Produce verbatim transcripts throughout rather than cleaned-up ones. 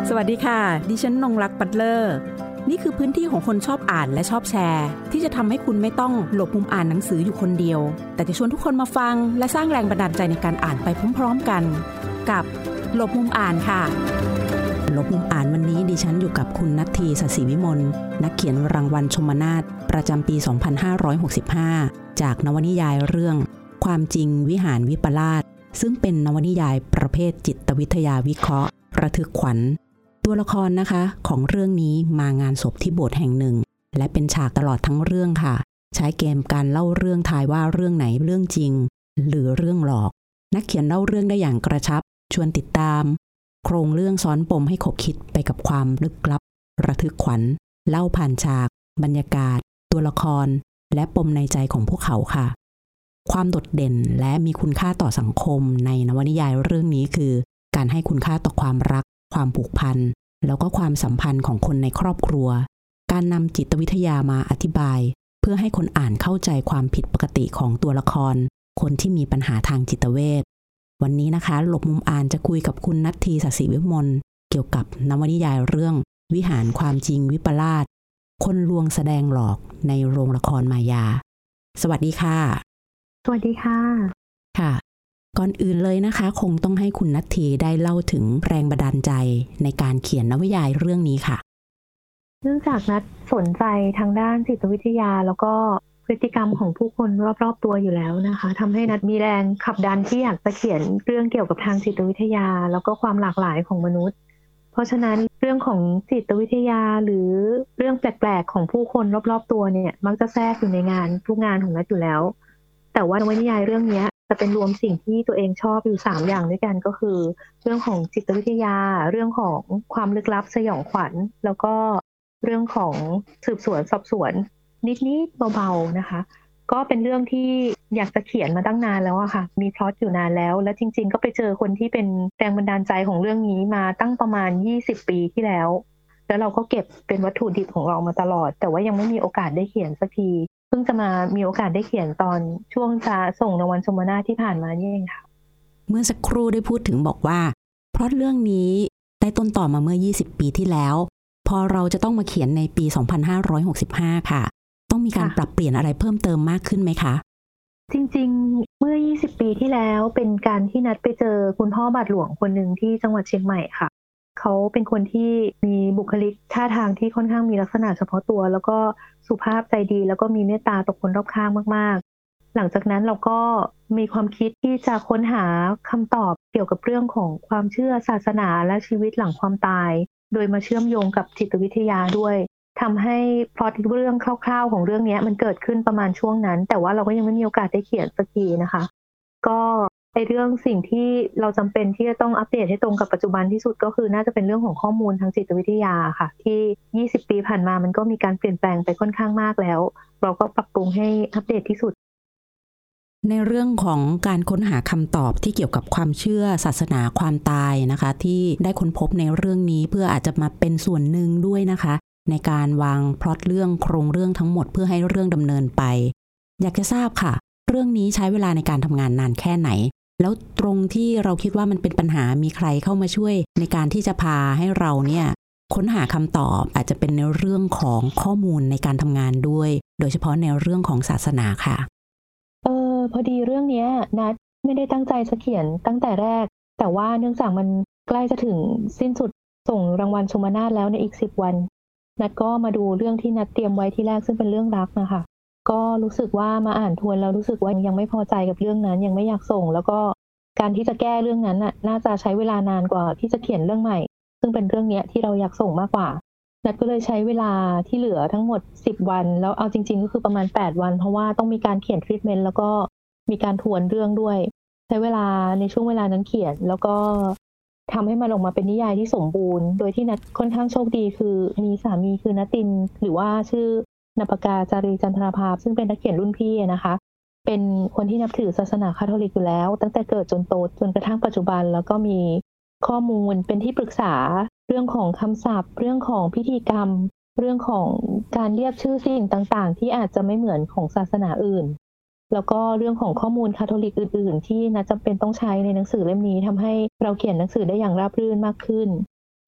สวัสดีค่ะดิฉันนงรักปัตเลอร์นี่คือพื้นที่ของคนชอบอ่านและชอบแชร์ที่จะทำให้คุณไม่ต้องหลบมุมอ่านหนังสืออยู่คนเดียวแต่จะชวนทุกคนมาฟังและสร้างแรงบันดาลใจในการอ่านไปพร้อมๆกันกับหลบมุมอ่านค่ะหลบมุมอ่านวันนี้ดิฉันอยู่กับคุณณัฐฐี ศศิวิมลนักเขียนรางวัลชมนาทประจำปีสองพันห้าร้อยหกสิบห้าจากนวนิยายเรื่องความจริงวิหารวิปลาสซึ่งเป็นนวนิยายประเภทจิตวิทยาวิเคราะห์ระทึกขวัญตัวละครนะคะของเรื่องนี้มางานศพที่โบสถ์แห่งหนึ่งและเป็นฉากตลอดทั้งเรื่องค่ะใช้เกมการเล่าเรื่องทายว่าเรื่องไหนเรื่องจริงหรือเรื่องหลอกนักเขียนเล่าเรื่องได้อย่างกระชับชวนติดตามโครงเรื่องซ้อนปมให้ขบคิดไปกับความลึกลับระทึกขวัญเล่าผ่านฉากบรรยากาศตัวละครและปมในใจของพวกเขาค่ะความโดดเด่นและมีคุณค่าต่อสังคมในนวนิยายเรื่องนี้คือการให้คุณค่าต่อความรักความผูกพันแล้วก็ความสัมพันธ์ของคนในครอบครัวการนำจิตวิทยามาอธิบายเพื่อให้คนอ่านเข้าใจความผิดปกติของตัวละครคนที่มีปัญหาทางจิตเวชวันนี้นะคะหลบมุมอ่านจะคุยกับคุณณัฐฐี ศศิวิมลเกี่ยวกับนวนิยายเรื่องวิหารความจริงวิปลาสคนลวงแสดงหลอกในโรงละครมายาสวัสดีค่ะสวัสดีค่ะค่ะก่อนอื่นเลยนะคะคงต้องให้คุณณัฐฐีได้เล่าถึงแรงบันดาลใจในการเขียนนวนิยายเรื่องนี้ค่ะเนื่องจากนัทสนใจทางด้านจิตวิทยาแล้วก็พฤติกรรมของผู้คนรอบๆตัวอยู่แล้วนะคะทำให้นัทมีแรงขับดันที่อยากจะเขียนเรื่องเกี่ยวกับทางจิตวิทยาแล้วก็ความหลากหลายของมนุษย์เพราะฉะนั้นเรื่องของจิตวิทยาหรือเรื่องแปลกๆของผู้คนรอบๆตัวเนี่ยมักจะแทรกอยู่ในงานทุกงานของนัทอยู่แล้วแต่ว่านวนิยายเรื่องนี้จะเป็นรวมสิ่งที่ตัวเองชอบอยู่สามอย่างด้วยกันก็คือเรื่องของจิตวิทยาเรื่องของความลึกลับสยองขวัญแล้วก็เรื่องของสืบสวนสอบสวนนิดๆเบาๆนะคะก็เป็นเรื่องที่อยากจะเขียนมาตั้งนานแล้วอะค่ะมีพล็อตอยู่นานแล้วและจริงๆก็ไปเจอคนที่เป็นแรงบันดาลใจของเรื่องนี้มาตั้งประมาณยี่สิบปีที่แล้วแล้วเราก็เก็บเป็นวัตถุดิบของเรามาตลอดแต่ว่ายังไม่มีโอกาสได้เขียนสักทีเพิ่งจะมามีโอกาสได้เขียนตอนช่วงจะส่งรางวัลชมนาทที่ผ่านมานี่เองค่ะเมื่อสักครู่ได้พูดถึงบอกว่าเพราะเรื่องนี้ได้ต้นต่อมาเมื่อยี่สิบปีที่แล้วพอเราจะต้องมาเขียนในปีสองพันห้าร้อยหกสิบห้าค่ะต้องมีการปรับเปลี่ยนอะไรเพิ่มเติมมากขึ้นไหมคะจริงๆเมื่อยี่สิบปีที่แล้วเป็นการที่นัดไปเจอคุณพ่อบาทหลวงคนหนึ่งที่จังหวัดเชียงใหม่ค่ะเขาเป็นคนที่มีบุคลิกท่าทางที่ค่อนข้างมีลักษณะเฉพาะตัวแล้วก็สุภาพใจดีแล้วก็มีเมตตาต่อคนรอบข้างมากๆหลังจากนั้นเราก็มีความคิดที่จะค้นหาคำตอบเกี่ยวกับเรื่องของความเชื่อศาสนาและชีวิตหลังความตายโดยมาเชื่อมโยงกับจิตวิทยาด้วยทำให้พล็อตเรื่องคร่าวๆของเรื่องนี้มันเกิดขึ้นประมาณช่วงนั้นแต่ว่าเราก็ยังไม่มีโอกาสได้เขียนสักทีนะคะก็ไอ้เรื่องสิ่งที่เราจำเป็นที่จะต้องอัปเดตให้ตรงกับปัจจุบันที่สุดก็คือน่าจะเป็นเรื่องของข้อมูลทางจิตวิทยาค่ะที่ยี่สิบปีผ่านมามันก็มีการเปลี่ยนแปลงไปค่อนข้างมากแล้วเราก็ปรับปรุงให้อัปเดตที่สุดในเรื่องของการค้นหาคำตอบที่เกี่ยวกับความเชื่อศาสนาความตายนะคะที่ได้ค้นพบในเรื่องนี้เพื่ออาจจะมาเป็นส่วนหนึ่งด้วยนะคะในการวางพล็อตเรื่องโครงเรื่องทั้งหมดเพื่อให้เรื่องดำเนินไปอยากจะทราบค่ะเรื่องนี้ใช้เวลาในการทำงานนานแค่ไหนแล้วตรงที่เราคิดว่ามันเป็นปัญหามีใครเข้ามาช่วยในการที่จะพาให้เราเนี่ยค้นหาคำตอบอาจจะเป็นในเรื่องของข้อมูลในการทำงานด้วยโดยเฉพาะในเรื่องของศาสนาค่ะเออพอดีเรื่องนี้นัทไม่ได้ตั้งใจจะเขียนตั้งแต่แรกแต่ว่าเนื่องจากมันใกล้จะถึงสิ้นสุดส่งรางวัลชมนาทแล้วในอีกสิบวันนัทก็มาดูเรื่องที่นัทเตรียมไว้ที่แรกซึ่งเป็นเรื่องรักนะคะก็รู้สึกว่ามาอ่านทวนแล้วรู้สึกว่ายังไม่พอใจกับเรื่องนั้นยังไม่อยากส่งแล้วก็การที่จะแก้เรื่องนั้นน่ะน่าจะใช้เวลานานกว่าที่จะเขียนเรื่องใหม่ซึ่งเป็นเรื่องนี้ที่เราอยากส่งมากกว่านัทก็เลยใช้เวลาที่เหลือทั้งหมดสิบวันแล้วเอาจริงๆก็คือประมาณแปดวันเพราะว่าต้องมีการเขียนทรีทเมนต์แล้วก็มีการทวนเรื่องด้วยใช้เวลาในช่วงเวลานั้นเขียนแล้วก็ทำให้มันออกมาเป็นนิยายที่สมบูรณ์โดยที่นัทค่อนข้างโชคดีคือมีสามีคือณตินหรือว่าชื่อนปกาจารีจันทราภาซึ่งเป็นนักเขียนรุ่นพี่นะคะเป็นคนที่นับถือศาสนาคาทอลิกอยู่แล้วตั้งแต่เกิดจนโตจนกระทั่งปัจจุบันแล้วก็มีข้อมูลเป็นที่ปรึกษาเรื่องของคำศัพท์เรื่องของพิธีกรรมเรื่องของการเรียกชื่อสิ่งต่างๆที่อาจจะไม่เหมือนของศาสนาอื่นแล้วก็เรื่องของข้อมูลคาทอลิกอื่นๆที่นัทจำเป็นต้องใช้ในหนังสือเล่มนี้ทำให้เราเขียนหนังสือได้อย่างราบรื่นมากขึ้น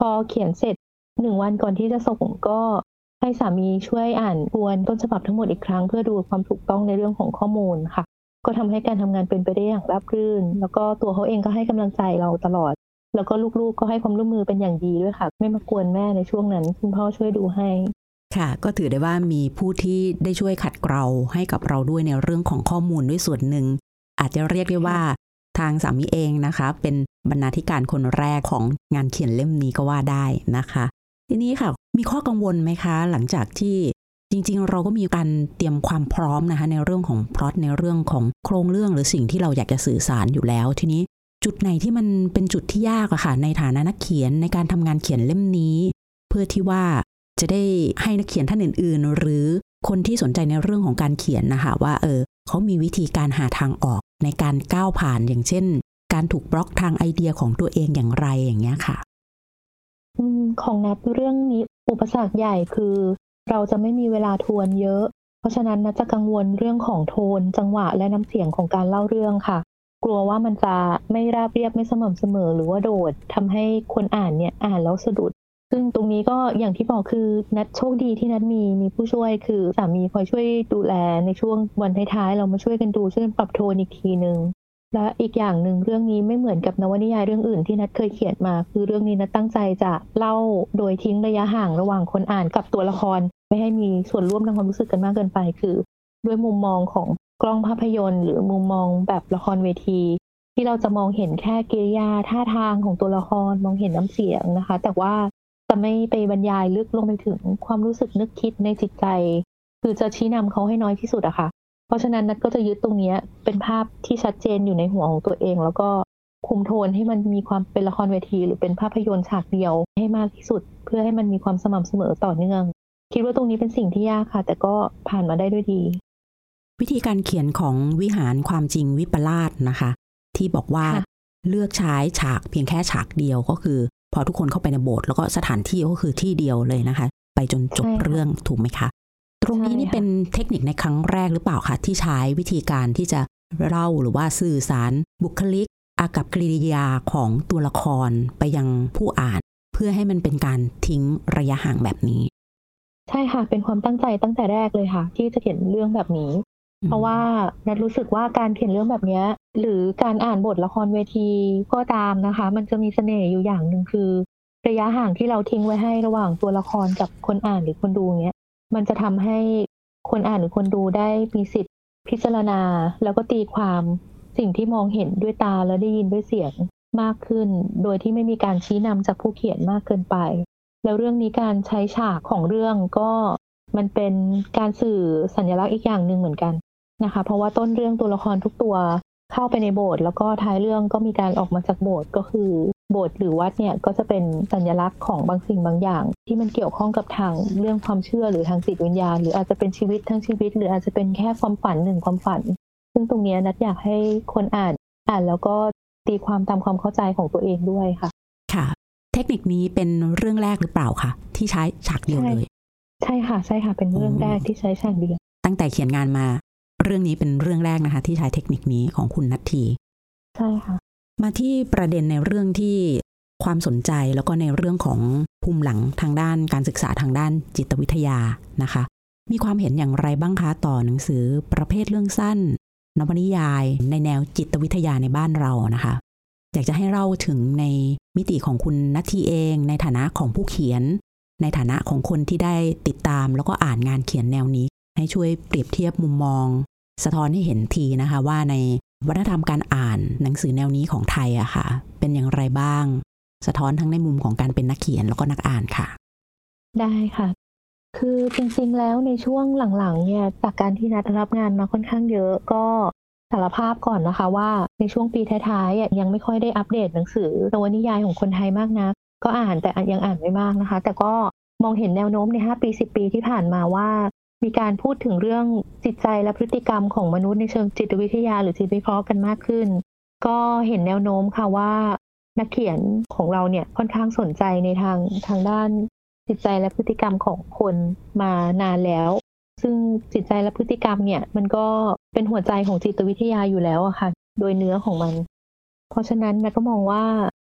พอเขียนเสร็จหนึ่งวันก่อนที่จะส่งก็ให้สามีช่วยอ่านทวนต้นฉบับทั้งหมดอีกครั้งเพื่อดูความถูกต้องในเรื่องของข้อมูลค่ะก็ทำให้การทำงานเป็นไปได้อย่างราบรื่นแล้วก็ตัวเขาเองก็ให้กำลังใจเราตลอดแล้วก็ลูกๆก็ให้ความร่วมมือเป็นอย่างดีด้วยค่ะไม่มากวนแม่ในช่วงนั้นคุณพ่อช่วยดูให้ค่ะก็ถือได้ว่ามีผู้ที่ได้ช่วยขัดเกลาให้กับเราด้วยในเรื่องของข้อมูลด้วยส่วนหนึ่งอาจจะเรียกได้ว่าทางสามีเองนะคะเป็นบรรณาธิการคนแรกของงานเขียนเล่มนี้ก็ว่าได้นะคะทีนี้ค่ะมีข้อกังวลไหมคะหลังจากที่จริงๆเราก็มีการเตรียมความพร้อมนะคะในเรื่องของพล็อตในเรื่องของโครงเรื่องหรือสิ่งที่เราอยากจะสื่อสารอยู่แล้วทีนี้จุดไหนที่มันเป็นจุดที่ยากอะค่ะในฐานะนักเขียนในการทำงานเขียนเล่มนี้เพื่อที่ว่าจะได้ให้นักเขียนท่านอื่นๆหรือคนที่สนใจในเรื่องของการเขียนนะคะว่าเออเขามีวิธีการหาทางออกในการก้าวผ่านอย่างเช่นการถูกบล็อกทางไอเดียของตัวเองอย่างไรอย่างเงี้ยค่ะอืมของนัทเรื่องนี้อุปสรรคใหญ่คือเราจะไม่มีเวลาทวนเยอะเพราะฉะนั้นนัทจะกังวลเรื่องของโทนจังหวะและน้ำเสียงของการเล่าเรื่องค่ะกลัวว่ามันจะไม่ราบเรียบไม่สม่ำเสมอหรือว่าโดดทำให้คนอ่านเนี่ยอ่านแล้วสะดุดซึ่งตรงนี้ก็อย่างที่บอกคือนัทโชคดีที่นัทมีมีผู้ช่วยคือสามีคอยช่วยดูแลในช่วงวันท้ายๆเรามาช่วยกันดูช่วยกันปรับโทนอีกทีนึงและอีกอย่างหนึ่งเรื่องนี้ไม่เหมือนกับนวนิยายเรื่องอื่นที่นัทเคยเขียนมาคือเรื่องนี้นัทตั้งใจจะเล่าโดยทิ้งระยะห่างระหว่างคนอ่านกับตัวละครไม่ให้มีส่วนร่วมทางความรู้สึกกันมากเกินไปคือด้วยมุมมองของกล้องภาพยนตร์หรือมุมมองแบบละครเวทีที่เราจะมองเห็นแค่กิริยาท่าทางของตัวละครมองเห็นน้ำเสียงนะคะแต่ว่าจะไม่ไปบรรยายลึกลงไปถึงความรู้สึกนึกคิดในจิตใจคือจะชี้นำเขาให้น้อยที่สุดอะค่ะเพราะฉะนั้นนัทก็จะยึดตรงนี้เป็นภาพที่ชัดเจนอยู่ในหัวของตัวเองแล้วก็คุมโทนให้มันมีความเป็นละครเวทีหรือเป็นภาพยนตร์ฉากเดียวให้มากที่สุดเพื่อให้มันมีความสม่ำเสมอต่อเนื่องคิดว่าตรงนี้เป็นสิ่งที่ยากค่ะแต่ก็ผ่านมาได้ด้วยดีวิธีการเขียนของวิหารความจริงวิปลาสนะคะที่บอกว่าเลือกใช้ฉากเพียงแค่ฉากเดียวก็คือพอทุกคนเข้าไปในโบสถ์แล้วก็สถานที่ก็คือที่เดียวเลยนะคะไปจนจบเรื่องถูกไหมคะตรงนี้นี่เป็นเทคนิคในครั้งแรกหรือเปล่าคะที่ใช้วิธีการที่จะเล่าหรือว่าสื่อสารบุคลิกอากับกิริยาของตัวละครไปยังผู้อ่านเพื่อให้มันเป็นการทิ้งระยะห่างแบบนี้ใช่ค่ะเป็นความตั้งใจตั้งแต่แรกเลยค่ะที่จะเขียนเรื่องแบบนี้เพราะว่านัทรู้สึกว่าการเขียนเรื่องแบบนี้หรือการอ่านบทละครเวทีก็ตามนะคะมันจะมีเสน่ห์อยู่อย่างหนึ่งคือระยะห่างที่เราทิ้งไว้ให้ระหว่างตัวละครกับคนอ่านหรือคนดูเนี้ยมันจะทำให้คนอ่านหรือคนดูได้มีสิทธิ์พิจารณาแล้วก็ตีความสิ่งที่มองเห็นด้วยตาและได้ยินด้วยเสียงมากขึ้นโดยที่ไม่มีการชี้นำจากผู้เขียนมากเกินไปแล้วเรื่องนี้การใช้ฉากของเรื่องก็มันเป็นการสื่อสัญลักษณ์อีกอย่างหนึ่งเหมือนกันนะคะเพราะว่าต้นเรื่องตัวละครทุกตัวเข้าไปในโบสถ์แล้วก็ท้ายเรื่องก็มีการออกมาจากโบสถ์ก็คือโบสถ์หรือวัดเนี่ยก็จะเป็นสัญลักษณ์ของบางสิ่งบางอย่างที่มันเกี่ยวข้องกับทางเรื่องความเชื่อหรือทางจิตวิญญาณหรืออาจจะเป็นชีวิตทั้งชีวิตหรืออาจจะเป็นแค่ความฝันหนึ่งความฝันซึ่งตรงนี้นัทอยากให้คนอ่านอ่านแล้วก็ตีความตามความเข้าใจของตัวเองด้วยค่ะค่ะเทคนิคนี้เป็นเรื่องแรกหรือเปล่าคะที่ใช้ฉากเดียวเลยใช่ค่ะใช่ค่ะเป็นเรื่องแรกที่ใช้ฉากเดียวตั้งแต่เขียนงานมาเรื่องนี้เป็นเรื่องแรกนะคะที่ใช้เทคนิคนี้ของคุณณัฐฐีใช่ค่ะมาที่ประเด็นในเรื่องที่ความสนใจแล้วก็ในเรื่องของภูมิหลังทางด้านการศึกษาทางด้านจิตวิทยานะคะมีความเห็นอย่างไรบ้างคะต่อหนังสือประเภทเรื่องสั้นนวนิยายในแนวจิตวิทยาในบ้านเรานะคะอยากจะให้เล่าถึงในมิติของคุณณัฐฐีเองในฐานะของผู้เขียนในฐานะของคนที่ได้ติดตามแล้วก็อ่านงานเขียนแนวนี้ให้ช่วยเปรียบเทียบมุมมองสะท้อนให้เห็นทีนะคะว่าในวัฒนธรรมการอ่านหนังสือแนวนี้ของไทยอะค่ะเป็นอย่างไรบ้างสะท้อนทั้งในมุมของการเป็นนักเขียนแล้วก็นักอ่านค่ะได้ค่ะคือจริงๆแล้วในช่วงหลังๆเนี่ยจากการที่นัทรับงานมาค่อนข้างเยอะก็สารภาพก่อนนะคะว่าในช่วงปีท้ายๆยังไม่ค่อยได้อัปเดตหนังสือนวนิยายของคนไทยมากนักก็อ่านแต่ยังอ่านไม่มากนะคะแต่ก็มองเห็นแนวโน้มในห้าปีสิบปีที่ผ่านมาว่ามีการพูดถึงเรื่องจิตใจและพฤติกรรมของมนุษย์ในเชิงจิตวิทยาหรือจิตวิเคราะห์กันมากขึ้นก็เห็นแนวโน้มค่ะว่านักเขียนของเราเนี่ยค่อนข้างสนใจในทางทางด้านจิตใจและพฤติกรรมของคนมานานแล้วซึ่งจิตใจและพฤติกรรมเนี่ยมันก็เป็นหัวใจของจิตวิทยาอยู่แล้วอะค่ะโดยเนื้อของมันเพราะฉะนั้นนัทก็มองว่า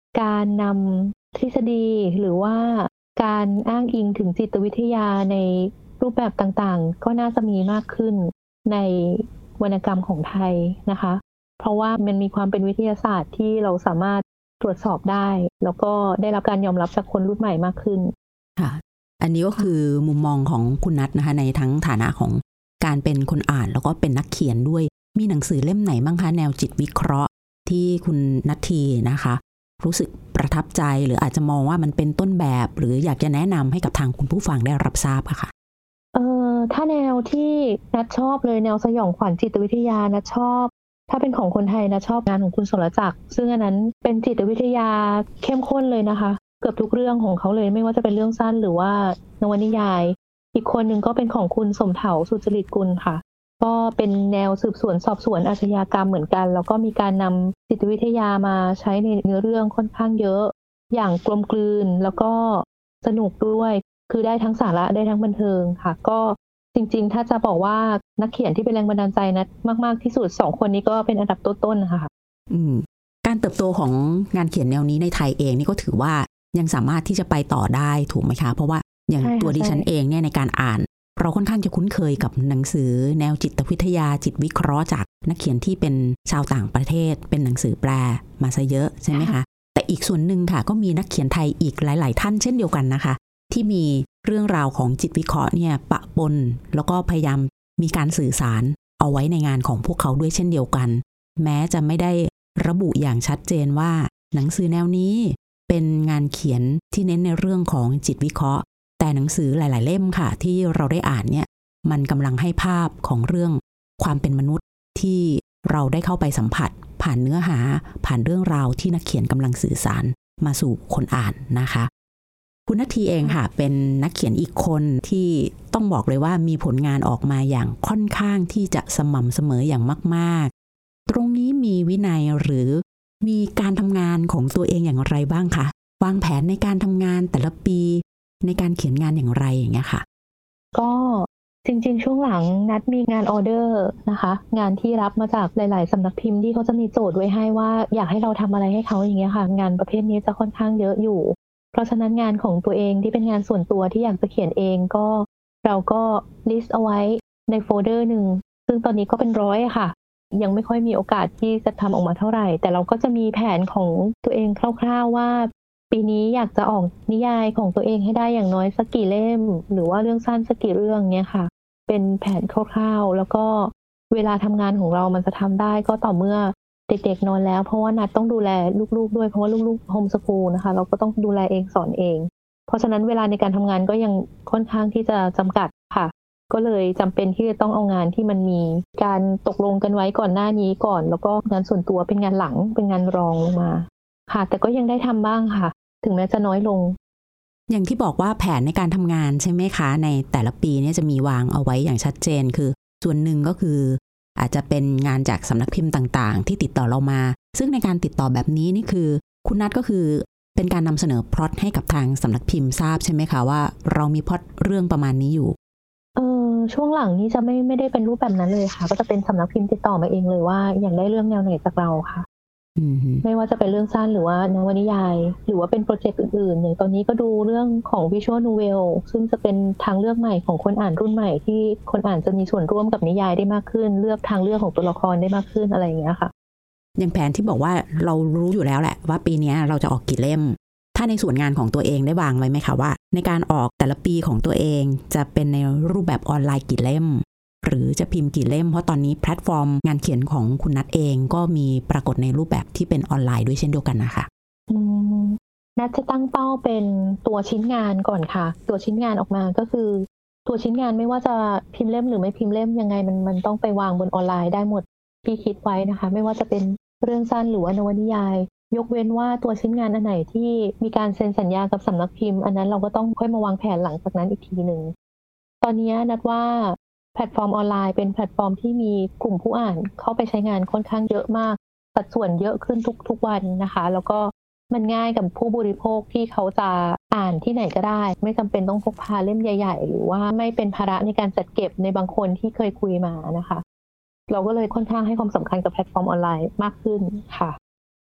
การนำทฤษฎีหรือว่าการอ้างอิงถึงจิตวิทยาในรูปแบบต่างๆก็น่าจะมีมากขึ้นในวรรณกรรมของไทยนะคะเพราะว่ามันมีความเป็นวิทยาศาสตร์ที่เราสามารถตรวจสอบได้แล้วก็ได้รับการยอมรับจากคนรุ่นใหม่มากขึ้นค่ะอันนี้ก็คือมุมมองของคุณนัทนะคะในทั้งฐานะของการเป็นคนอ่านแล้วก็เป็นนักเขียนด้วยมีหนังสือเล่มไหนบ้างคะแนวจิตวิเคราะห์ที่คุณนัททีนะคะรู้สึกประทับใจหรืออาจจะมองว่ามันเป็นต้นแบบหรืออยากจะแนะนำให้กับทางคุณผู้ฟังได้รับทราบอะค่ะเอ่อถ้าแนวที่นัทชอบเลยแนวสยองขวัญจิตวิทยานัทชอบถ้าเป็นของคนไทยนัทชอบงานของคุณสรจักรซึ่งอันนั้นเป็นจิตวิทยาเข้มข้นเลยนะคะเกือบทุกเรื่องของเขาเลยไม่ว่าจะเป็นเรื่องสั้นหรือว่านวนิยายอีกคนหนึ่งก็เป็นของคุณสมเถาสุจริตกุลค่ะก็เป็นแนวสืบสวนสอบสวนอาชญากรรมเหมือนกันแล้วก็มีการนำจิตวิทยามาใช้ในเนื้อเรื่องค่อนข้างเยอะอย่างกลมกลืนแล้วก็สนุกด้วยคือได้ทั้งสาระได้ทั้งบันเทิงค่ะก็จริงๆถ้าจะบอกว่านักเขียนที่เป็นแรงบันดาลใจนะมากๆที่สุดสองคนนี้ก็เป็นอันดับต้นๆนะคะอืมการเติบโตของงานเขียนแนวนี้ในไทยเองนี่ก็ถือว่ายังสามารถที่จะไปต่อได้ถูกไหมคะเพราะว่าอย่างตัวดิฉันเองเนี่ยในการอ่านเราค่อนข้างจะคุ้นเคยกับหนังสือแนวจิตวิทยาจิตวิเคราะห์จากนักเขียนที่เป็นชาวต่างประเทศเป็นหนังสือแปลมาซะเยอะใช่ไหมคะแต่อีกส่วนหนึ่งค่ะก็มีนักเขียนไทยอีกหลายๆท่านเช่นเดียวกันนะคะที่มีเรื่องราวของจิตวิเคราะห์เนี่ยปะปนแล้วก็พยายามมีการสื่อสารเอาไว้ในงานของพวกเขาด้วยเช่นเดียวกันแม้จะไม่ได้ระบุอย่างชัดเจนว่าหนังสือแนวนี้เป็นงานเขียนที่เน้นในเรื่องของจิตวิเคราะห์แต่หนังสือหลายๆเล่มค่ะที่เราได้อ่านเนี่ยมันกำลังให้ภาพของเรื่องความเป็นมนุษย์ที่เราได้เข้าไปสัมผัสผ่านเนื้อหาผ่านเรื่องราวที่นักเขียนกำลังสื่อสารมาสู่คนอ่านนะคะคุณณทีเองค่ะเป็นนักเขียนอีกคนที่ต้องบอกเลยว่ามีผลงานออกมาอย่างค่อนข้างที่จะสม่ำเสมออย่างมากๆตรงนี้มีวินัยหรือมีการทำงานของตัวเองอย่างไรบ้างคะวางแผนในการทำงานแต่ละปีในการเขียนงานอย่างไรอย่างเงี้ยค่ะก็จริงๆช่วงหลังนัดมีงานออเดอร์นะคะงานที่รับมาจากหลายๆสำนักพิมพ์ที่เขาจะมีโจทย์ไว้ให้ว่าอยากให้เราทำอะไรให้เขาอย่างเงี้ยค่ะงานประเภทนี้จะค่อนข้างเยอะอยู่เพราะฉะนั้นงานของตัวเองที่เป็นงานส่วนตัวที่อยากจะเขียนเองก็เราก็ลิสต์เอาไว้ในโฟลเดอร์หนึ่งซึ่งตอนนี้ก็เป็นร้อยค่ะยังไม่ค่อยมีโอกาสที่จะทำออกมาเท่าไหร่แต่เราก็จะมีแผนของตัวเองคร่าวๆว่าปีนี้อยากจะออกนิยายของตัวเองให้ได้อย่างน้อยสักกี่เล่มหรือว่าเรื่องสั้นสักกี่เรื่องเนี้ยค่ะเป็นแผนคร่าวๆแล้วก็เวลาทำงานของเรามันจะทำได้ก็ต่อเมื่อเด็กๆนอนแล้วเพราะว่านัดต้องดูแลลูกๆด้วยเพราะว่าลูกๆโฮมสคูลนะคะเราก็ต้องดูแลเองสอนเองเพราะฉะนั้นเวลาในการทำงานก็ยังค่อนข้างที่จะจำกัดค่ะก็เลยจำเป็นที่จะต้องเอางานที่มันมีการตกลงกันไว้ก่อนหน้านี้ก่อนแล้วก็งานส่วนตัวเป็นงานหลังเป็นงานรองลงมาค่ะแต่ก็ยังได้ทำบ้างค่ะถึงแม้จะน้อยลงอย่างที่บอกว่าแผนในการทำงานใช่ไหมคะในแต่ละปีเนี่ยจะมีวางเอาไว้อย่างชัดเจนคือส่วนหนึ่งก็คืออาจจะเป็นงานจากสำนักพิมพ์ต่างๆที่ติดต่อเรามาซึ่งในการติดต่อแบบนี้นี่คือคุณนัทก็คือเป็นการนำเสนอพล็อตให้กับทางสำนักพิมพ์ทราบใช่ไหมคะว่าเรามีพล็อตเรื่องประมาณนี้อยู่เออช่วงหลังนี้จะไม่ไม่ได้เป็นรูปแบบนั้นเลยค่ะก็จะเป็นสำนักพิมพ์ติดต่อมาเองเลยว่าอยากได้เรื่องแนวไหนจากเราค่ะไม่ว่าจะเป็นเรื่องสั้นหรือว่านวนิยายหรือว่าเป็นโปรเจกต์อื่นๆอย่างตอนนี้ก็ดูเรื่องของ Visual Novel ซึ่งจะเป็นทางเลือกใหม่ของคนอ่านรุ่นใหม่ที่คนอ่านจะมีส่วนร่วมกับนิยายได้มากขึ้นเลือกทางเลือกของตัวละครได้มากขึ้นอะไรอย่างเงี้ยค่ะอย่างแผนที่บอกว่าเรารู้อยู่แล้วแหละว่าปีนี้เราจะออกกี่เล่มถ้าในส่วนงานของตัวเองได้วางไว้ไหมคะว่าในการออกแต่ละปีของตัวเองจะเป็นในรูปแบบออนไลน์กี่เล่มหรือจะพิมพ์กี่เล่มเพราะตอนนี้แพลตฟอร์มงานเขียนของคุณนัทเองก็มีปรากฏในรูปแบบที่เป็นออนไลน์ด้วยเช่นเดียวกันนะคะอืมนัทจะตั้งเป้าเป็นตัวชิ้นงานก่อนค่ะตัวชิ้นงานออกมาก็คือตัวชิ้นงานไม่ว่าจะพิมพ์เล่มหรือไม่พิมพ์เล่มยังไงมันมันต้องไปวางบนออนไลน์ได้หมดที่คิดไว้นะคะไม่ว่าจะเป็นเรื่องสั้นหรือว่านวนิยายยกเว้นว่าตัวชิ้นงานอันไหนที่มีการเซ็นสัญญากับสำนักพิมพ์อันนั้นเราก็ต้องค่อยมาวางแผนหลังจากนั้นอีกทีนึงตอนนี้นัทว่าแพลตฟอร์มออนไลน์เป็นแพลตฟอร์มที่มีกลุ่มผู้อ่านเข้าไปใช้งานค่อนข้างเยอะมากสัดส่วนเยอะขึ้นทุกๆวันนะคะแล้วก็มันง่ายกับผู้บริโภคที่เขาจะอ่านที่ไหนก็ได้ไม่จำเป็นต้องพกพาเล่มใหญ่ๆหรือว่าไม่เป็นภาระในการจัดเก็บในบางคนที่เคยคุยมานะคะเราก็เลยค่อนข้างให้ความสำคัญกับแพลตฟอร์มออนไลน์มากขึ้นค่ะ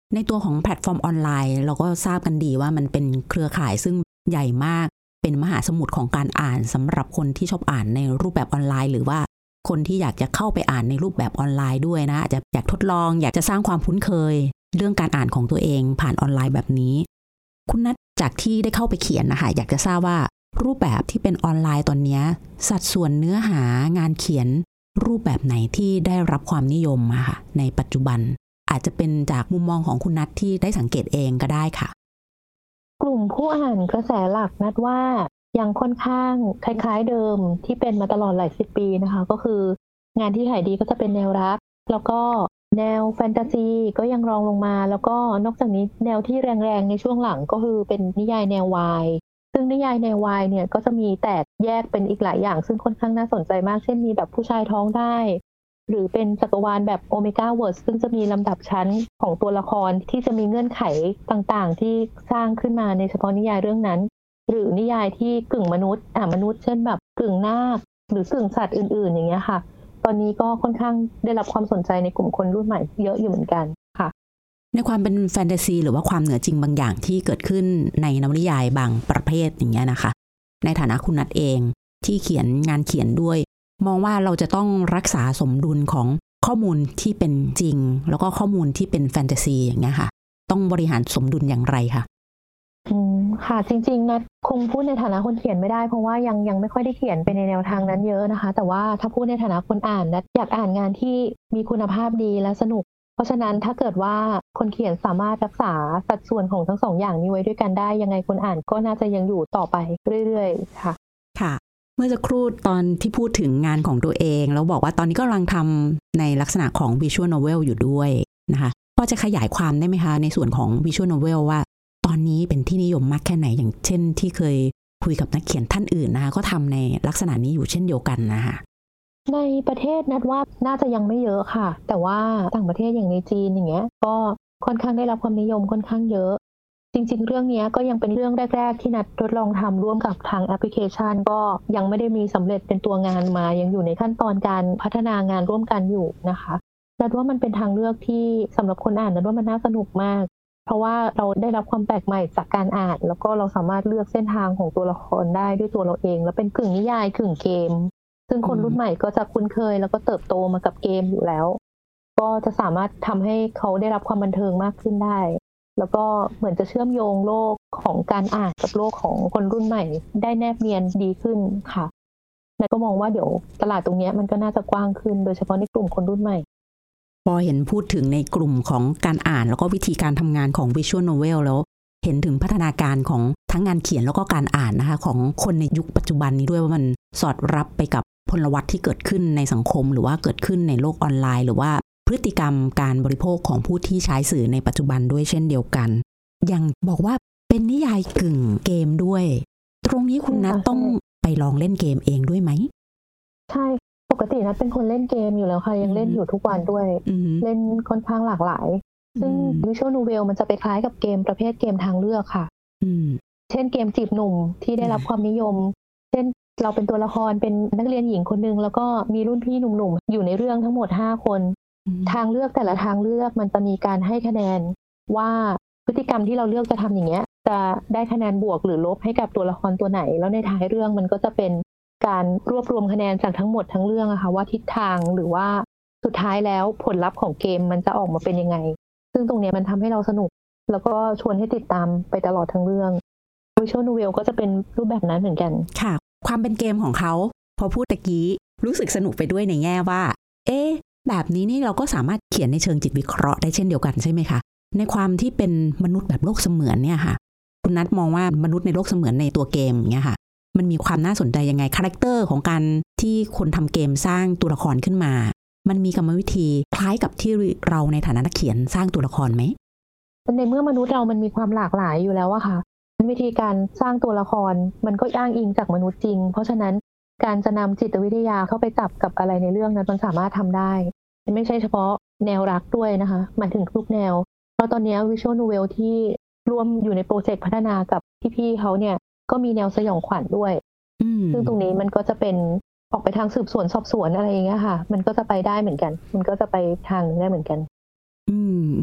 ในตัวของแพลตฟอร์มออนไลน์เราก็ทราบกันดีว่ามันเป็นเครือข่ายซึ่งใหญ่มากเป็นมหาสมุทรของการอ่านสำหรับคนที่ชอบอ่านในรูปแบบออนไลน์หรือว่าคนที่อยากจะเข้าไปอ่านในรูปแบบออนไลน์ด้วยนะอาจจะอยากทดลองอยากจะสร้างความคุ้นเคยเรื่องการอ่านของตัวเองผ่านออนไลน์แบบนี้คุณนัทจากที่ได้เข้าไปเขียนนะคะอยากจะทราบว่ารูปแบบที่เป็นออนไลน์ตอนนี้สัดส่วนเนื้อหางานเขียนรูปแบบไหนที่ได้รับความนิยมอะค่ะในปัจจุบันอาจจะเป็นจากมุมมองของคุณนัทที่ได้สังเกตเองก็ได้ค่ะกลุ่มผู้อ่านกระแสหลักนัดว่ายังค่อนข้างคล้ายๆเดิมที่เป็นมาตลอดหลายสิบปีนะคะก็คืองานที่ขายดีก็จะเป็นแนวรักแล้วก็แนวแฟนตาซีก็ยังรองลงมาแล้วก็นอกจากนี้แนวที่แรงๆในช่วงหลังก็คือเป็นนิยายแนววายซึ่งนิยายแนววายเนี่ยก็จะมีแตกแยกเป็นอีกหลายอย่างซึ่งค่อนข้างน่าสนใจมากเช่นมีแบบผู้ชายท้องได้หรือเป็นจักรวาลแบบโอเมก้าเวิร์สซึ่งจะมีลำดับชั้นของตัวละครที่จะมีเงื่อนไขต่างๆที่สร้างขึ้นมาในเฉพาะนิยายเรื่องนั้นหรือนิยายที่กึ่งมนุษย์อ่ามนุษย์เช่นแบบกึ่งนาคหรือกึ่งสัตว์อื่นๆอย่างเงี้ยค่ะตอนนี้ก็ค่อนข้างได้รับความสนใจในกลุ่มคนรุ่นใหม่เยอะอยู่เหมือนกันค่ะในความเป็นแฟนตาซีหรือว่าความเหนือจริงบางอย่างที่เกิดขึ้นในนวนิยายบางประเภทอย่างเงี้ยนะคะในฐานะคุณนัทเองที่เขียนงานเขียนด้วยมองว่าเราจะต้องรักษาสมดุลของข้อมูลที่เป็นจริงแล้วก็ข้อมูลที่เป็นแฟนตาซีอย่างเงี้ยค่ะต้องบริหารสมดุลอย่างไรคะอืมค่ะจริงๆนัทคงพูดในฐานะคนเขียนไม่ได้เพราะว่ายังยังไม่ค่อยได้เขียนไปในแนวทางนั้นเยอะนะคะแต่ว่าถ้าพูดในฐานะคนอ่านนัทอยากอ่านงานที่มีคุณภาพดีและสนุกเพราะฉะนั้นถ้าเกิดว่าคนเขียนสามารถรักษาสัดส่วนของทั้งสองอย่างนี้ไว้ด้วยกันได้ยังไงคนอ่านก็น่าจะยังอยู่ต่อไปเรื่อยๆค่ะค่ะเมื่อจะครู่ตอนที่พูดถึงงานของตัวเองแล้วบอกว่าตอนนี้ก็กำลังทำในลักษณะของ Visual Novel อยู่ด้วยนะคะพอจะขยายความได้ไหมคะในส่วนของ Visual Novel ว่าตอนนี้เป็นที่นิยมมากแค่ไหนอย่างเช่นที่เคยคุยกับนักเขียนท่านอื่นนะคะก็ทำในลักษณะนี้อยู่เช่นเดียวกันนะคะในประเทศนัดว่าน่าจะยังไม่เยอะค่ะแต่ว่าต่างประเทศอย่างในจีนอย่างเงี้ยก็ค่อนข้างได้รับความนิยมค่อนข้างเยอะจริงๆเรื่องนี้ก็ยังเป็นเรื่องแรกๆที่นัดทดลองทำร่วมกับทางแอปพลิเคชันก็ยังไม่ได้มีสำเร็จเป็นตัวงานมายังอยู่ในขั้นตอนการพัฒนางานร่วมกันอยู่นะคะนัดว่ามันเป็นทางเลือกที่สำหรับคนอ่านนัดว่ามันน่าสนุกมากเพราะว่าเราได้รับความแปลกใหม่จากการอ่านแล้วก็เราสามารถเลือกเส้นทางของตัวละครได้ด้วยตัวเราเองแล้วเป็นกึ่งนิยายกึ่งเกมซึ่งคนรุ่นใหม่ก็จะคุ้นเคยแล้วก็เติบโตมากับเกมอยู่แล้วก็จะสามารถทำให้เขาได้รับความบันเทิงมากขึ้นได้แล้วก็เหมือนจะเชื่อมโยงโลกของการอ่านกับโลกของคนรุ่นใหม่ได้แนบเนียนดีขึ้นค่ะและก็มองว่าเดี๋ยวตลาดตรงนี้มันก็น่าจะกว้างขึ้นโดยเฉพาะในกลุ่มคนรุ่นใหม่พอเห็นพูดถึงในกลุ่มของการอ่านแล้วก็วิธีการทำงานของ Visual Novel แล้วเห็นถึงพัฒนาการของทั้งงานเขียนแล้วก็การอ่านนะคะของคนในยุคปัจจุบันนี้ด้วยว่ามันสอดรับไปกับพลวัตที่เกิดขึ้นในสังคมหรือว่าเกิดขึ้นในโลกออนไลน์หรือว่าพฤติกรรมการบริโภคของผู้ที่ใช้สื่อในปัจจุบันด้วยเช่นเดียวกันยังบอกว่าเป็นนิยายกึ่งเกมด้วยตรงนี้คุณนัทต้องไปลองเล่นเกมเองด้วยไหมใช่ปกตินัทเป็นคนเล่นเกมอยู่แล้วค่ะยังเล่นอยู่ทุกวันด้วยเล่นค่อนข้างหลากหลายซึ่ง Visual Novel มันจะไปคล้ายกับเกมประเภทเกมทางเลือกค่ะเช่นเกมจีบหนุ่มที่ได้รับความนิยมเช่นเราเป็นตัวละครเป็นนักเรียนหญิงคนนึงแล้วก็มีรุ่นพี่หนุ่มๆอยู่ในเรื่องทั้งหมดห้าคนทางเลือกแต่ละทางเลือกมันจะมีการให้คะแนนว่าพฤติกรรมที่เราเลือกจะทำอย่างเงี้ยจะได้คะแนนบวกหรือลบให้กับตัวละครตัวไหนแล้วในท้ายเรื่องมันก็จะเป็นการรวบรวมคะแนนจากทั้งหมดทั้งเรื่องอะค่ะว่าทิศทางหรือว่าสุดท้ายแล้วผลลัพธ์ของเกมมันจะออกมาเป็นยังไงซึ่งตรงนี้มันทำให้เราสนุกแล้วก็ชวนให้ติดตามไปตลอดทั้งเรื่อง Visual Novel ก็จะเป็นรูปแบบนั้นเหมือนกันค่ะความเป็นเกมของเขาพอพูดตะกี้รู้สึกสนุกไปด้วยในแง่ว่าเอ๊ะแบบนี้นี่เราก็สามารถเขียนในเชิงจิตวิเคราะห์ได้เช่นเดียวกันใช่ไหมคะในความที่เป็นมนุษย์แบบโลกเสมือนเนี่ยค่ะคุณนัทมองว่ามนุษย์ในโลกเสมือนในตัวเกมอย่างเงี้ยค่ะมันมีความน่าสนใจยังไงคาแรคเตอร์ของการที่คนทำเกมสร้างตัวละครขึ้นมามันมีกรรมวิธีคล้ายกับที่เราในฐานะนักเขียนสร้างตัวละครไหมในเมื่อมนุษย์เรามันมีความหลากหลายอยู่แล้วอะค่ะวิธีการสร้างตัวละครมันก็อ้างอิงจากมนุษย์จริงเพราะฉะนั้นการจะนำจิตวิทยาเข้าไปจับกับอะไรในเรื่องนั้นมันสามารถทำได้ไม่ใช่เฉพาะแนวรักด้วยนะคะหมายถึงทุกแนวเพราะตอนนี้ Visual Novel ที่ร่วมอยู่ในโปรเจกต์พัฒนากับพี่ๆเขาเนี่ยก็มีแนวสยองขวัญด้วยซึ่งตรงนี้มันก็จะเป็นออกไปทางสืบสวนสอบสวนอะไรอย่างเงี้ยค่ะมันก็จะไปได้เหมือนกันมันก็จะไปทางได้เหมือนกันอืม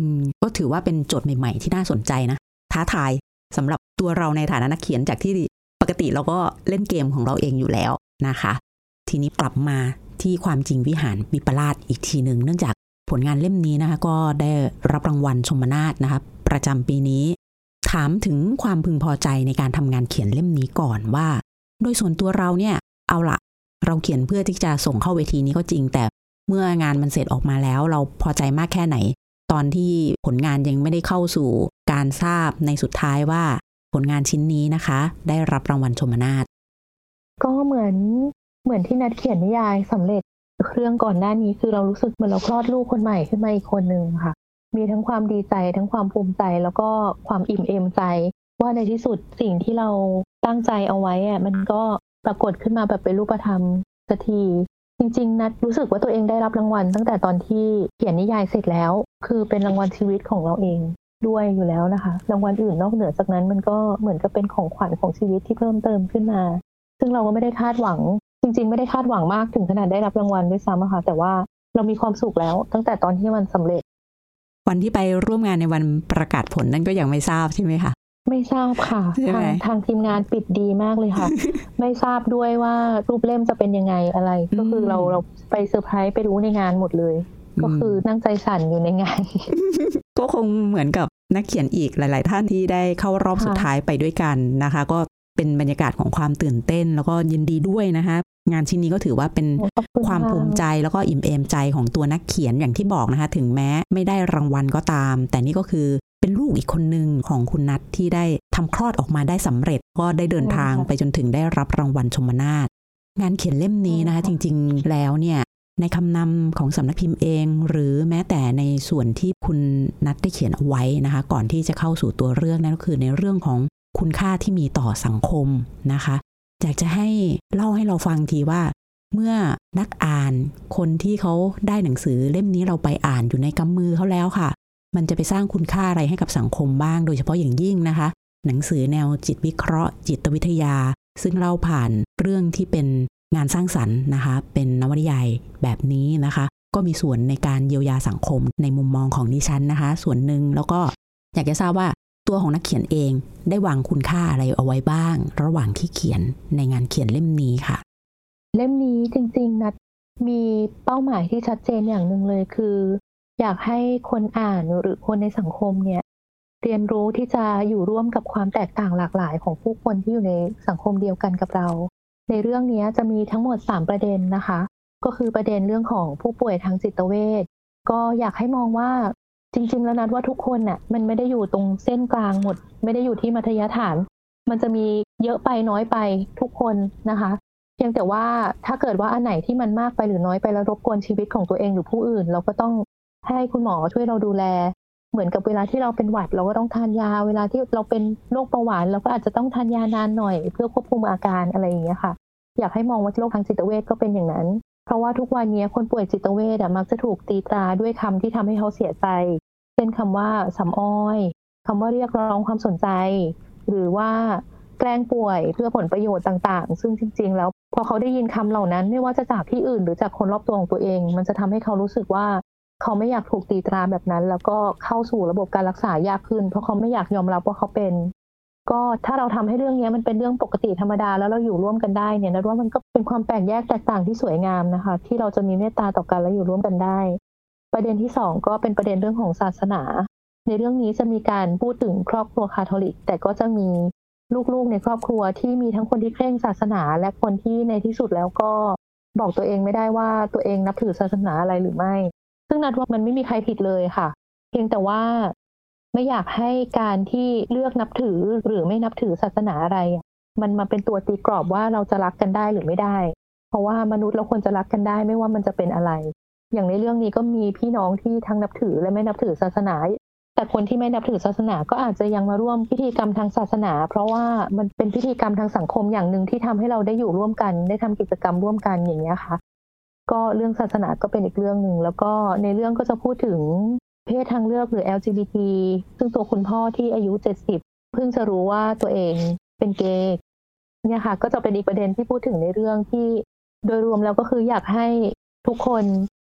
ก็ถือว่าเป็นโจทย์ใหม่ๆที่น่าสนใจนะท้าทายสำหรับตัวเราในฐานะนักเขียนจากที่ปกติเราก็เล่นเกมของเราเองอยู่แล้วนะคะทีนี้กลับมาที่ความจริงวิหารวิปลาสอีกทีหนึ่งเนื่องจากผลงานเล่มนี้นะคะก็ได้รับรางวัลชมนาทนะคะประจำปีนี้ถามถึงความพึงพอใจในการทำงานเขียนเล่มนี้ก่อนว่าโดยส่วนตัวเราเนี่ยเอาละเราเขียนเพื่อที่จะส่งเข้าเวทีนี้ก็จริงแต่เมื่องานมันเสร็จออกมาแล้วเราพอใจมากแค่ไหนตอนที่ผลงานยังไม่ได้เข้าสู่การทราบในสุดท้ายว่าผลงานชิ้นนี้นะคะได้รับรางวัลชมนาทก็เหมือนเหมือนที่นัดเขียนนิยายสำเร็จเรื่องก่อนหน้านี้คือเรารู้สึกเหมือนเราคลอดลูกคนใหม่ขึ้นมาอีกคนนึงค่ะมีทั้งความดีใจทั้งความภูมิใจแล้วก็ความอิ่มเอมใจว่าในที่สุดสิ่งที่เราตั้งใจเอาไว้อะมันก็ปรากฏขึ้นมาแบบเป็นรูปธรรมสักทีจริงๆนัดรู้สึกว่าตัวเองได้รับรางวัลตั้งแต่ตอนที่เขียนนิยายเสร็จแล้วคือเป็นรางวัลชีวิตของเราเองด้วยอยู่แล้วนะคะรางวัลอื่นนอกเหนือจากนั้นมันก็เหมือนกับเป็นของขวัญของชีวิตที่เพิ่มเติมขึ้นมาซึ่งเราก็ไม่ได้คาดหวังจริงๆไม่ได้คาดหวังมากถึงขนาดได้รับรางวัลด้วยซ้ำค่ะแต่ว่าเรามีความสุขแล้วตั้งแต่ตอนที่มันสำเร็จวันที่ไปร่วมงานในวันประกาศผลนั่นก็ยังไม่ทราบใช่ไหมคะไม่ทราบค่ะทางทางทีมงานปิดดีมากเลยค่ะ ไม่ทราบด้วยว่ารูปเล่มจะเป็นยังไงอะไรก็คือเราเราไปเซอร์ไพรส์ไปรู้ในงานหมดเลยก็คือนั่งใจสั่นอยู่ในงานก็คงเหมือนกับนักเขียนอีกหลายๆท่านที่ได้เข้ารอบสุดท้ายไปด้วยกันนะคะก็เป็นบรรยากาศของความตื่นเต้นแล้วก็ยินดีด้วยนะคะงานชิ้นนี้ก็ถือว่าเป็นความภูมิใจแล้วก็อิ่มเอมใจของตัวนักเขียนอย่างที่บอกนะคะถึงแม้ไม่ได้รางวัลก็ตามแต่นี่ก็คือเป็นลูกอีกคนนึงของคุณนัทที่ได้ทำคลอดออกมาได้สำเร็จก็ได้เดินทางไปจนถึงได้รับรางวัลชมนาทงานเขียนเล่มนี้นะคะจริงๆแล้วเนี่ยในคำนำของสำนักพิมพ์เองหรือแม้แต่ในส่วนที่คุณนัทได้เขียนเอาไว้นะคะก่อนที่จะเข้าสู่ตัวเรื่องนั่นก็คือในเรื่องของคุณค่าที่มีต่อสังคมนะคะอยากจะให้เล่าให้เราฟังทีว่าเมื่อนักอ่านคนที่เขาได้หนังสือเล่มนี้เราไปอ่านอยู่ในกำมือเขาแล้วค่ะมันจะไปสร้างคุณค่าอะไรให้กับสังคมบ้างโดยเฉพาะอย่างยิ่งนะคะหนังสือแนวจิตวิเคราะห์จิตวิทยาซึ่งเล่าผ่านเรื่องที่เป็นงานสร้างสรรค์นะคะเป็นนวนิยายแบบนี้นะคะก็มีส่วนในการเยียวยาสังคมในมุมมองของดิฉันนะคะส่วนหนึ่งแล้วก็อยากจะทราบว่าตัวของนักเขียนเองได้วางคุณค่าอะไรเอาไว้บ้างระหว่างที่เขียนในงานเขียนเล่มนี้ค่ะเล่มนี้จริงๆนัดมีเป้าหมายที่ชัดเจนอย่างหนึ่งเลยคืออยากให้คนอ่านหรือคนในสังคมเนี่ยเรียนรู้ที่จะอยู่ร่วมกับความแตกต่างหลากหลายของผู้คนที่อยู่ในสังคมเดียวกันกับเราในเรื่องนี้จะมีทั้งหมดสามประเด็นนะคะก็คือประเด็นเรื่องของผู้ป่วยทางจิตเวชก็อยากให้มองว่าจริงๆแล้วนัดว่าทุกคนน่ะมันไม่ได้อยู่ตรงเส้นกลางหมดไม่ได้อยู่ที่มัธยฐานมันจะมีเยอะไปน้อยไปทุกคนนะคะเพียงแต่ว่าถ้าเกิดว่าอันไหนที่มันมากไปหรือน้อยไปแล้วรบกวนชีวิตของตัวเองหรือผู้อื่นเราก็ต้องให้คุณหมอช่วยเราดูแลเหมือนกับเวลาที่เราเป็นหวัดเราก็ต้องทานยาเวลาที่เราเป็นโรคเบาหวานเราก็อาจจะต้องทานยานานหน่อยเพื่อควบคุมอาการอะไรอย่างเงี้ยค่ะอยากให้มองว่าโรคทางจิตเวชก็เป็นอย่างนั้นเพราะว่าทุกวันนี้คนป่วยจิตเวชมักจะถูกตีตราด้วยคำที่ทำให้เขาเสียใจเช่นคำว่าสำอ้อยคำว่าเรียกร้องความสนใจหรือว่าแกล้งป่วยเพื่อผลประโยชน์ต่างๆซึ่งจริงๆแล้วพอเขาได้ยินคำเหล่านั้นไม่ว่าจะจากที่อื่นหรือจากคนรอบตัวของตัวเองมันจะทำให้เขารู้สึกว่าเขาไม่อยากถูกตีตราแบบนั้นแล้วก็เข้าสู่ระบบการรักษายากขึ้นเพราะเขาไม่อยากยอมรับว่าเขาเป็นก็ถ้าเราทำให้เรื่องนี้มันเป็นเรื่องปกติธรรมดาแล้วเราอยู่ร่วมกันได้เนี่ยนัดว่ามันก็เป็นความแปลกแยกแตกต่างที่สวยงามนะคะที่เราจะมีเมตตาต่อกันและอยู่ร่วมกันได้ประเด็นที่สองก็เป็นประเด็นเรื่องของศาสนาในเรื่องนี้จะมีการพูดถึงครอบครัวคาทอลิกแต่ก็จะมีลูกๆในครอบครัวที่มีทั้งคนที่เคร่งศาสนาและคนที่ในที่สุดแล้วก็บอกตัวเองไม่ได้ว่าตัวเองนับถือศาสนาอะไรหรือไม่ซึ่งนัดว่ามันไม่มีใครผิดเลยค่ะเพียงแต่ว่าไม่อยากให้การที่เลือกนับถือหรือไม่นับถือศาสนาอะไรมันมาเป็นตัวตีกรอบว่าเราจะรักกันได้หรือไม่ได้เพราะว่ามนุษย์เราควรจะรักกันได้ไม่ว่ามันจะเป็นอะไรอย่างในเรื่องนี้ก็มีพี่น้องที่ทั้งนับถือและไม่นับถือศาสนาแต่คนที่ไม่นับถือศาสนาก็อาจจะยังมาร่วมพิธีกรรมทางศาสนาเพราะว่ามันเป็นพิธีกรรมทางสังคมอย่างหนึ่งที่ทำให้เราได้อยู่ร่วมกันได้ทำกิจกรรมร่วมกันอย่างนี้ค่ะก็เรื่องศาสนาก็เป็นอีกเรื่องนึงแล้วก็ในเรื่องก็จะพูดถึงเพศทางเลือกหรือ แอล จี บี ที ซึ่งตัวคุณพ่อที่อายุเจ็ดสิบเพิ่งจะรู้ว่าตัวเองเป็นเกย์เนี่ยค่ะก็จะเป็นอีกประเด็นที่พูดถึงในเรื่องที่โดยรวมแล้วก็คืออยากให้ทุกคน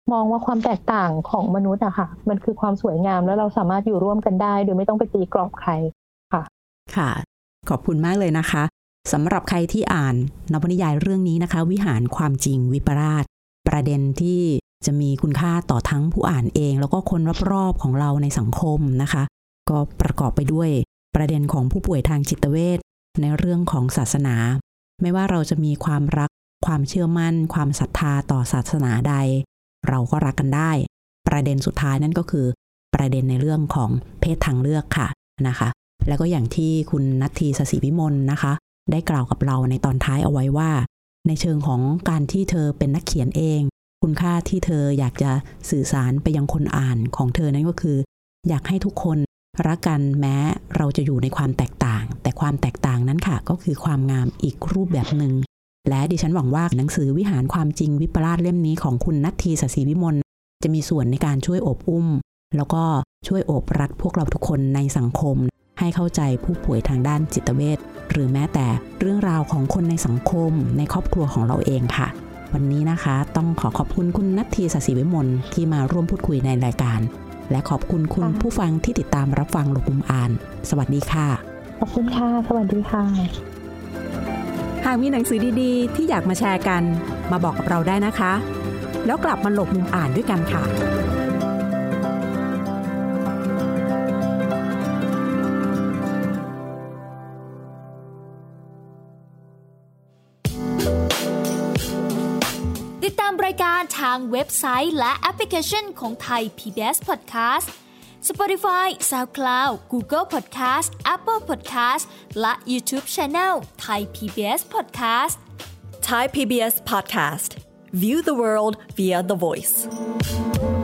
มองว่าความแตกต่างของมนุษย์อะค่ะมันคือความสวยงามแล้วเราสามารถอยู่ร่วมกันได้โดยไม่ต้องไปตีกรอบใครค่ะค่ะขอบคุณมากเลยนะคะสำหรับใครที่อ่านนวนิยายเรื่องนี้นะคะวิหารความจริงวิปราชประเด็นที่จะมีคุณค่าต่อทั้งผู้อ่านเองแล้วก็คนรอบๆของเราในสังคมนะคะก็ประกอบไปด้วยประเด็นของผู้ป่วยทางจิตเวชในเรื่องของศาสนาไม่ว่าเราจะมีความรักความเชื่อมั่นความศรัทธาต่อศาสนาใดเราก็รักกันได้ประเด็นสุดท้ายนั่นก็คือประเด็นในเรื่องของเพศทางเลือกค่ะนะคะแล้วก็อย่างที่คุณณัฐี สศิวิมลนะคะได้กล่าวกับเราในตอนท้ายเอาไว้ว่าในเชิงของการที่เธอเป็นนักเขียนเองคุณค่าที่เธออยากจะสื่อสารไปยังคนอ่านของเธอนั่นก็คืออยากให้ทุกคนรักกันแม้เราจะอยู่ในความแตกต่างแต่ความแตกต่างนั้นค่ะก็คือความงามอีกรูปแบบหนึ่งและดิฉันหวังว่าหนังสือวิหารความจริงวิปราชเล่มนี้ของคุณณัฐี สศิวิมลจะมีส่วนในการช่วยอบอุ้มแล้วก็ช่วยโอบรัดพวกเราทุกคนในสังคมให้เข้าใจผู้ป่วยทางด้านจิตเวชหรือแม้แต่เรื่องราวของคนในสังคมในครอบครัวของเราเองค่ะวันนี้นะคะต้องขอขอบคุณคุณณัฐี สศิวิมลที่มาร่วมพูดคุยในรายการและขอบคุณคุณผู้ฟังที่ติดตามรับฟังหลบมุมอ่านสวัสดีค่ะขอบคุณค่ะสวัสดีค่ะหากมีหนังสือดีๆที่อยากมาแชร์กันมาบอกกับเราได้นะคะแล้วกลับมาหลบมุมอ่านด้วยกันค่ะติดตามรายการทางเว็บไซต์และแอปพลิเคชันของไทย พี บี เอส Podcast Spotify, SoundCloud, Google Podcast, Apple Podcast และ YouTube Channel Thai พี บี เอส Podcast Thai พี บี เอส Podcast View the world via the voice